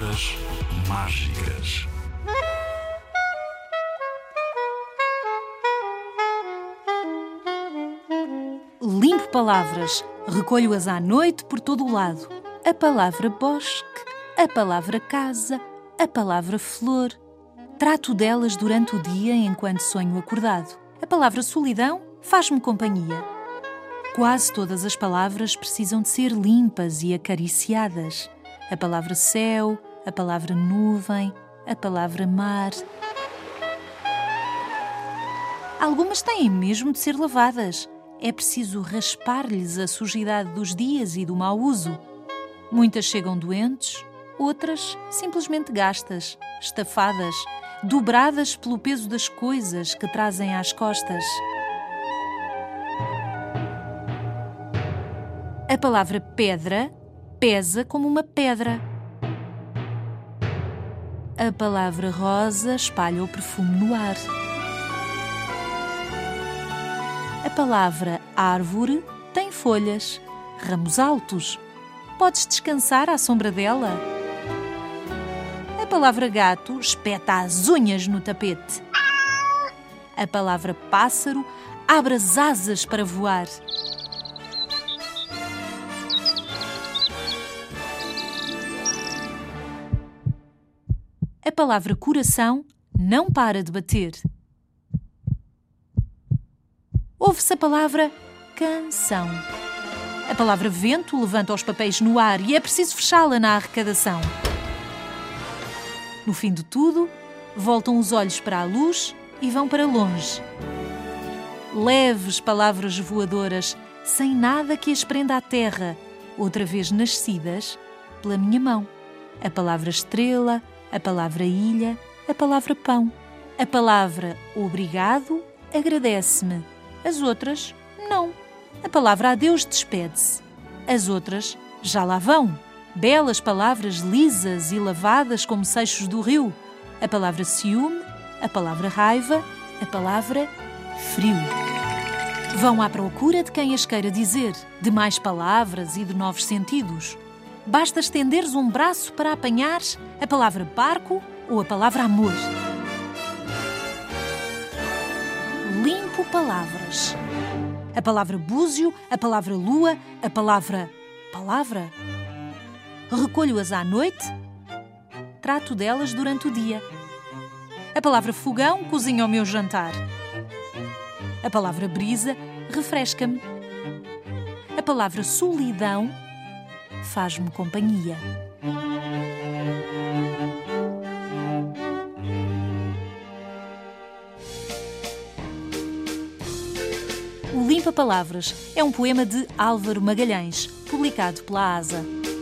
Palavras mágicas. Limpo palavras, recolho-as à noite por todo o lado. A palavra bosque, a palavra casa, a palavra flor. Trato delas durante o dia enquanto sonho acordado. A palavra solidão faz-me companhia. Quase todas as palavras precisam de ser limpas e acariciadas. A palavra céu, a palavra nuvem, a palavra mar. Algumas têm mesmo de ser lavadas. É preciso raspar-lhes a sujidade dos dias e do mau uso. Muitas chegam doentes, outras simplesmente gastas, estafadas, dobradas pelo peso das coisas que trazem às costas. A palavra pedra pesa como uma pedra. A palavra rosa espalha o perfume no ar. A palavra árvore tem folhas, ramos altos. Podes descansar à sombra dela. A palavra gato espeta as unhas no tapete. A palavra pássaro abre as asas para voar. A palavra coração não para de bater. Ouve-se a palavra canção. A palavra vento levanta os papéis no ar e é preciso fechá-la na arrecadação. No fim de tudo, voltam os olhos para a luz e vão para longe. Leves palavras voadoras, sem nada que as prenda à terra, outra vez nascidas pela minha mão. A palavra estrela, a palavra ilha, a palavra pão. A palavra obrigado agradece-me. As outras, não. A palavra adeus despede-se. As outras já lá vão. Belas palavras lisas e lavadas como seixos do rio. A palavra ciúme, a palavra raiva, a palavra frio. Vão à procura de quem as queira dizer, de mais palavras e de novos sentidos. Basta estenderes um braço para apanhares a palavra barco ou a palavra amor. Limpo palavras. A palavra búzio, a palavra lua, a palavra palavra. Recolho-as à noite, trato delas durante o dia. A palavra fogão cozinha o meu jantar. A palavra brisa refresca-me. A palavra solidão faz-me companhia. O Limpa Palavras é um poema de Álvaro Magalhães, publicado pela ASA.